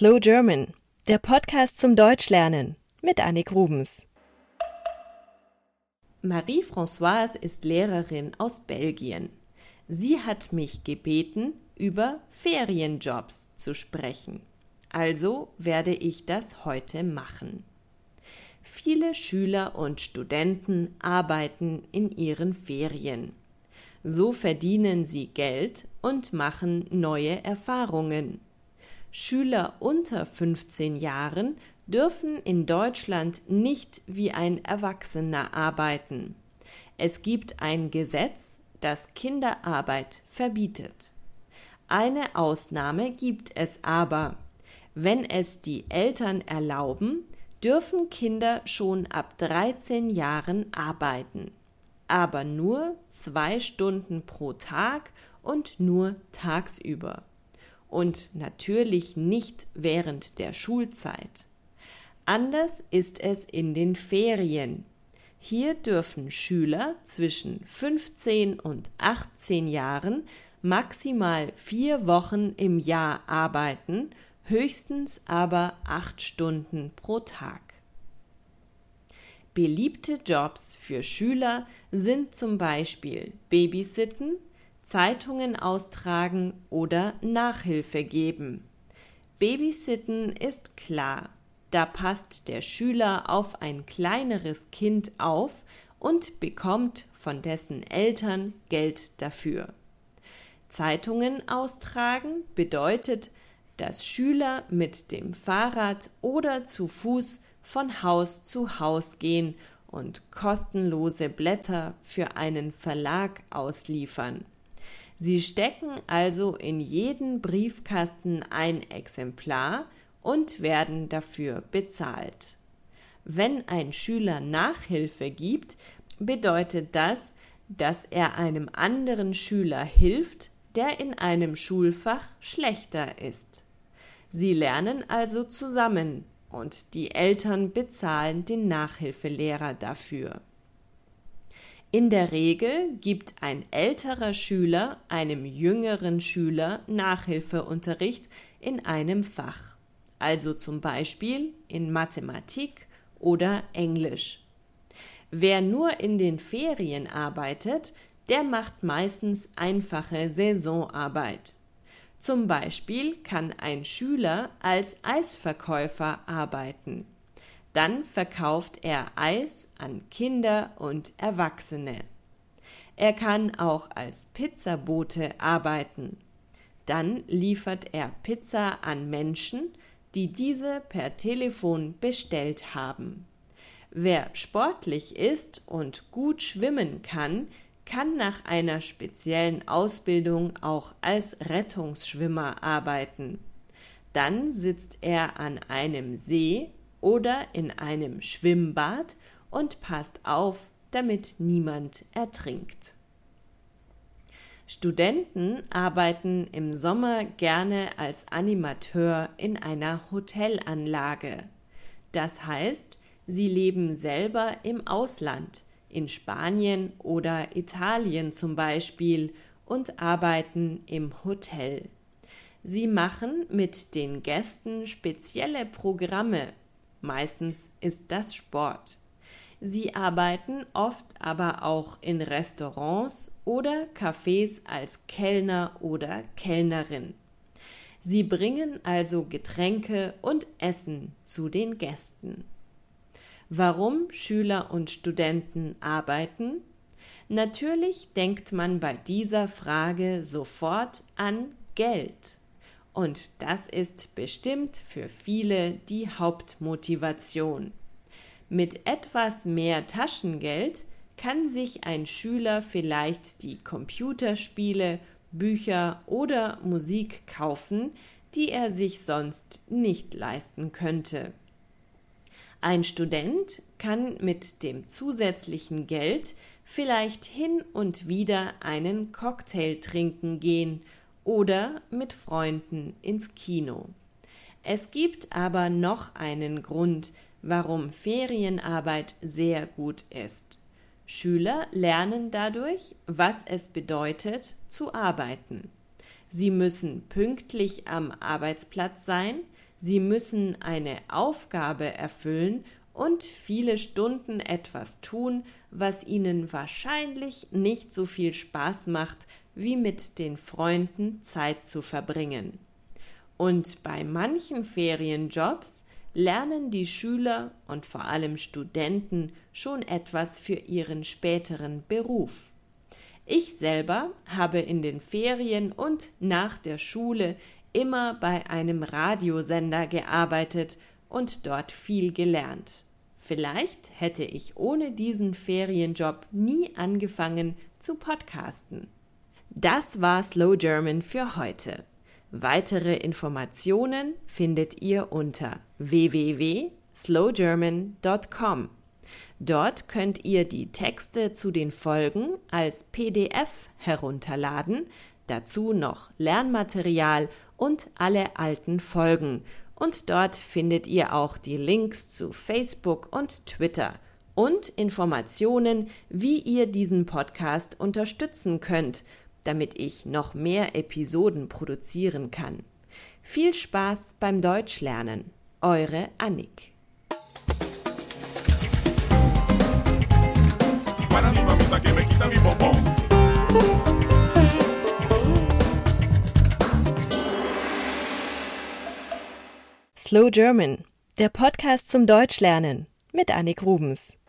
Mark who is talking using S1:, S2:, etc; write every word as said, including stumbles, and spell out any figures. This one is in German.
S1: Slow German, der Podcast zum Deutschlernen mit Annik Rubens.
S2: Marie-Françoise ist Lehrerin aus Belgien. Sie hat mich gebeten, über Ferienjobs zu sprechen. Also werde ich das heute machen. Viele Schüler und Studenten arbeiten in ihren Ferien. So verdienen sie Geld und machen neue Erfahrungen. Schüler unter fünfzehn Jahren dürfen in Deutschland nicht wie ein Erwachsener arbeiten. Es gibt ein Gesetz, das Kinderarbeit verbietet. Eine Ausnahme gibt es aber. Wenn es die Eltern erlauben, dürfen Kinder schon ab dreizehn Jahren arbeiten. Aber nur zwei Stunden pro Tag und nur tagsüber. Und natürlich nicht während der Schulzeit. Anders ist es in den Ferien. Hier dürfen Schüler zwischen fünfzehn und achtzehn Jahren maximal vier Wochen im Jahr arbeiten, höchstens aber acht Stunden pro Tag. Beliebte Jobs für Schüler sind zum Beispiel Babysitten, Zeitungen austragen oder Nachhilfe geben. Babysitten ist klar, da passt der Schüler auf ein kleineres Kind auf und bekommt von dessen Eltern Geld dafür. Zeitungen austragen bedeutet, dass Schüler mit dem Fahrrad oder zu Fuß von Haus zu Haus gehen und kostenlose Blätter für einen Verlag ausliefern. Sie stecken also in jeden Briefkasten ein Exemplar und werden dafür bezahlt. Wenn ein Schüler Nachhilfe gibt, bedeutet das, dass er einem anderen Schüler hilft, der in einem Schulfach schlechter ist. Sie lernen also zusammen und die Eltern bezahlen den Nachhilfelehrer dafür. In der Regel gibt ein älterer Schüler einem jüngeren Schüler Nachhilfeunterricht in einem Fach, also zum Beispiel in Mathematik oder Englisch. Wer nur in den Ferien arbeitet, der macht meistens einfache Saisonarbeit. Zum Beispiel kann ein Schüler als Eisverkäufer arbeiten. Dann verkauft er Eis an Kinder und Erwachsene. Er kann auch als Pizzabote arbeiten. Dann liefert er Pizza an Menschen, die diese per Telefon bestellt haben. Wer sportlich ist und gut schwimmen kann, kann nach einer speziellen Ausbildung auch als Rettungsschwimmer arbeiten. Dann sitzt er an einem See oder in einem Schwimmbad und passt auf, damit niemand ertrinkt. Studenten arbeiten im Sommer gerne als Animateur in einer Hotelanlage. Das heißt, sie leben selber im Ausland, in Spanien oder Italien zum Beispiel, und arbeiten im Hotel. Sie machen mit den Gästen spezielle Programme. Meistens ist das Sport. Sie arbeiten oft aber auch in Restaurants oder Cafés als Kellner oder Kellnerin. Sie bringen also Getränke und Essen zu den Gästen. Warum Schüler und Studenten arbeiten? Natürlich denkt man bei dieser Frage sofort an Geld. Und das ist bestimmt für viele die Hauptmotivation. Mit etwas mehr Taschengeld kann sich ein Schüler vielleicht die Computerspiele, Bücher oder Musik kaufen, die er sich sonst nicht leisten könnte. Ein Student kann mit dem zusätzlichen Geld vielleicht hin und wieder einen Cocktail trinken gehen oder mit Freunden ins Kino. Es gibt aber noch einen Grund, warum Ferienarbeit sehr gut ist. Schüler lernen dadurch, was es bedeutet, zu arbeiten. Sie müssen pünktlich am Arbeitsplatz sein, Sie müssen eine Aufgabe erfüllen und viele Stunden etwas tun, was ihnen wahrscheinlich nicht so viel Spaß macht, wie mit den Freunden Zeit zu verbringen. Und bei manchen Ferienjobs lernen die Schüler und vor allem Studenten schon etwas für ihren späteren Beruf. Ich selber habe in den Ferien und nach der Schule immer bei einem Radiosender gearbeitet und dort viel gelernt. Vielleicht hätte ich ohne diesen Ferienjob nie angefangen zu podcasten. Das war Slow German für heute. Weitere Informationen findet ihr unter w w w punkt slow german punkt com. Dort könnt ihr die Texte zu den Folgen als P D F herunterladen, dazu noch Lernmaterial und alle alten Folgen. Und dort findet ihr auch die Links zu Facebook und Twitter und Informationen, wie ihr diesen Podcast unterstützen könnt, damit ich noch mehr Episoden produzieren kann. Viel Spaß beim Deutschlernen. Eure Annik.
S1: Slow German, der Podcast zum Deutschlernen mit Annik Rubens.